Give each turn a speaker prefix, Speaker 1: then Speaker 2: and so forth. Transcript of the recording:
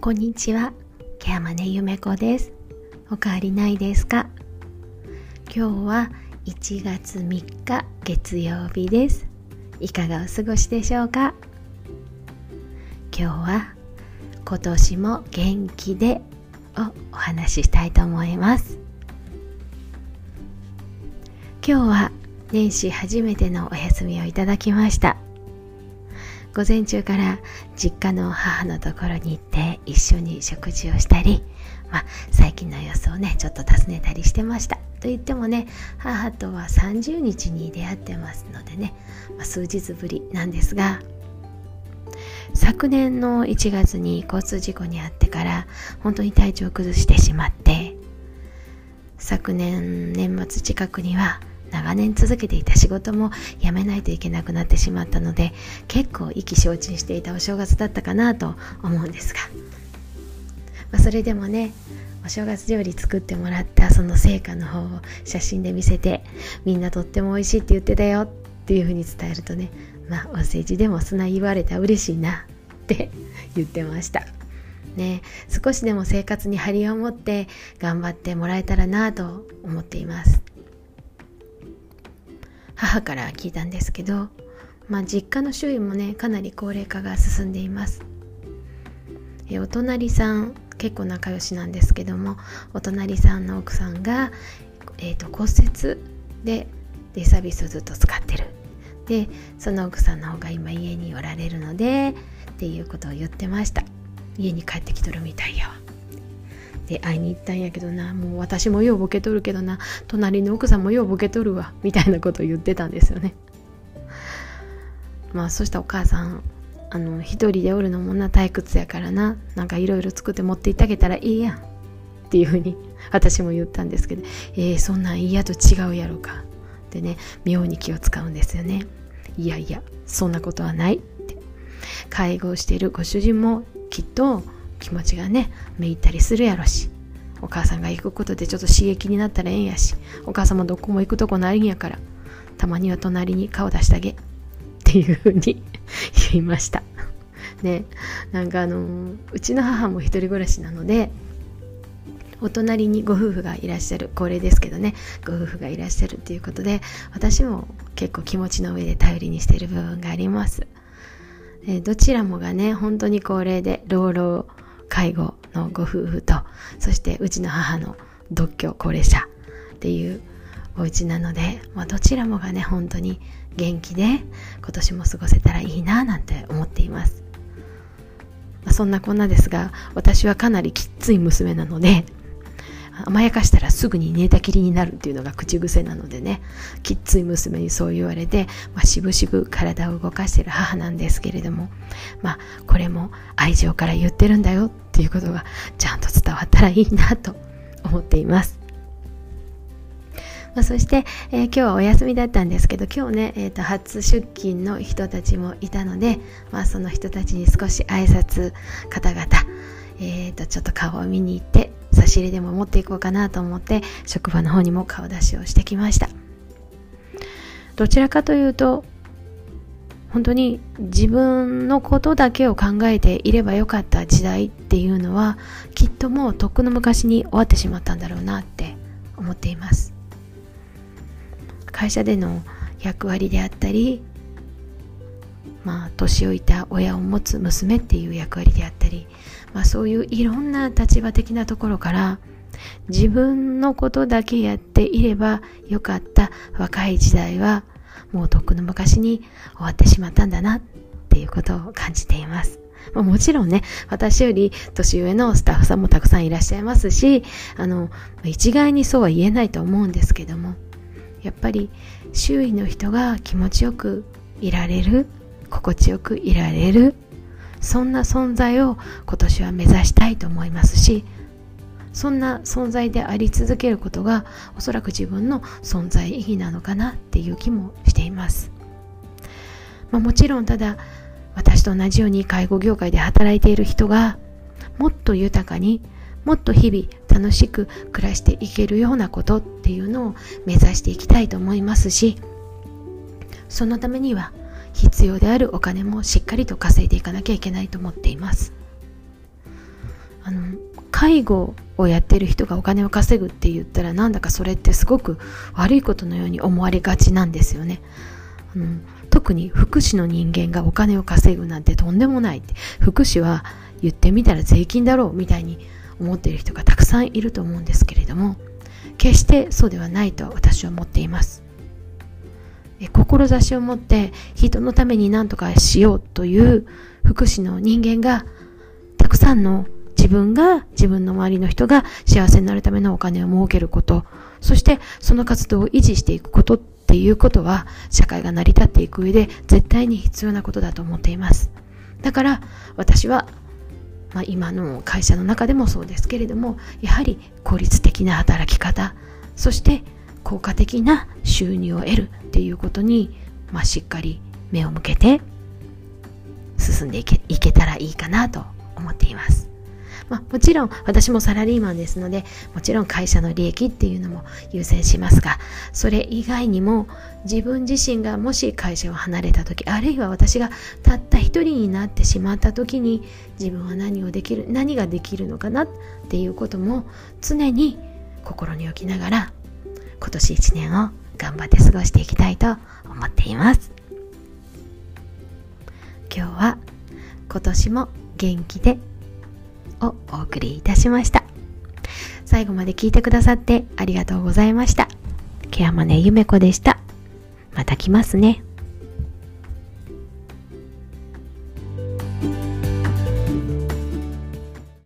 Speaker 1: こんにちは、ケアマネゆめこです。おかわりないですか？今日は1月3日月曜日です。いかがお過ごしでしょうか？今日は今年も元気でをお話ししたいと思います。今日は年始初めてのお休みをいただきました。午前中から実家の母のところに行って一緒に食事をしたり、最近の様子をねちょっと尋ねたりしてました。と言ってもね、母とは30日に出会ってますのでね、数日ぶりなんですが、昨年の1月に交通事故に遭ってから本当に体調を崩してしまって、昨年年末近くには長年続けていた仕事も辞めないといけなくなってしまったので、結構意気消沈していたお正月だったかなと思うんですが、それでもね、お正月料理作ってもらったその成果の方を写真で見せて、みんなとっても美味しいって言ってたよっていうふうに伝えるとね、お世辞でもそんな言われたら嬉しいなって言ってましたね。少しでも生活に張りを持って頑張ってもらえたらなと思っています。母から聞いたんですけど、実家の周囲もねかなり高齢化が進んでいます。お隣さん結構仲良しなんですけども、お隣さんの奥さんが、骨折でデイサービスをずっと使ってる。でその奥さんの方が今家におられるのでっていうことを言ってました。家に帰ってきとるみたいやわ。で会いに行ったんやけどな、もう私もようボケとるけどな、隣の奥さんもようボケとるわみたいなことを言ってたんですよね。そしたらお母さん、一人でおるのもな退屈やからな、なんかいろいろ作って持って行ってあげたらいいやんっていうふうに私も言ったんですけど、そんなん嫌と違うやろかってね、妙に気を使うんですよね。いやいやそんなことはないって。介護をしているご主人もきっと気持ちがねめいったりするやろし、お母さんが行くことでちょっと刺激になったらええんやし、お母さんもどこも行くとこないんやから、たまには隣に顔出してあげっていうふうに言いましたね。なんかうちの母も一人暮らしなので、お隣にご夫婦がいらっしゃる、高齢ですけどね、ご夫婦がいらっしゃるということで、私も結構気持ちの上で頼りにしている部分があります。どちらもがね本当に高齢で老老介護のご夫婦と、そしてうちの母の独居高齢者っていうお家なので、どちらもがね本当に元気で今年も過ごせたらいいななんて思っています。そんなこんなですが、私はかなりきっつい娘なので、甘やかしたらすぐに寝たきりになるっていうのが口癖なのでね、きっつい娘にそう言われて、しぶしぶ体を動かしている母なんですけれども、これも愛情から言ってるんだよっていうことがちゃんと伝わったらいいなと思っています。そして、今日はお休みだったんですけど、今日ね、初出勤の人たちもいたので、その人たちに少し挨拶方々、ちょっと顔を見に行って差し入れでも持っていこうかなと思って、職場の方にも顔出しをしてきました。どちらかというと本当に自分のことだけを考えていればよかった時代っていうのは、きっともうとっくの昔に終わってしまったんだろうなって思っています。会社での役割であったり、年老いた親を持つ娘っていう役割であったり、そういういろんな立場的なところから、自分のことだけやっていればよかった若い時代はもうとっくの昔に終わってしまったんだなっていうことを感じています。もちろんね、私より年上のスタッフさんもたくさんいらっしゃいますし、一概にそうは言えないと思うんですけども、やっぱり周囲の人が気持ちよくいられる、心地よくいられる、そんな存在を今年は目指したいと思いますし、そんな存在であり続けることがおそらく自分の存在意義なのかなっていう気もしています。もちろんただ私と同じように介護業界で働いている人がもっと豊かに、もっと日々楽しく暮らしていけるようなことっていうのを目指していきたいと思いますし、そのためには必要であるお金もしっかりと稼いでいかなきゃいけないと思っています。 介護をやってる人がお金を稼ぐって言ったら、なんだかそれってすごく悪いことのように思われがちなんですよね。特に福祉の人間がお金を稼ぐなんてとんでもないって、福祉は言ってみたら税金だろうみたいに思っている人がたくさんいると思うんですけれども、決してそうではないと私は思っています。志を持って人のために何とかしようという福祉の人間が、たくさんの自分の周りの人が幸せになるためのお金を儲けること、そしてその活動を維持していくことっていうことは、社会が成り立っていく上で絶対に必要なことだと思っています。だから私は、今の会社の中でもそうですけれども、やはり効率的な働き方、そして効果的な収入を得るっていうことに、しっかり目を向けて進んでいけたらいいかなと思っています。もちろん私もサラリーマンですので、もちろん会社の利益っていうのも優先しますが、それ以外にも自分自身がもし会社を離れた時、あるいは私がたった一人になってしまった時に、自分は何ができるのかなっていうことも常に心に置きながら、今年1年を頑張って過ごしていきたいと思っています。今日は今年も元気でをお送りいたしました。最後まで聞いてくださってありがとうございました。ケアマネゆめこでした。また来ますね。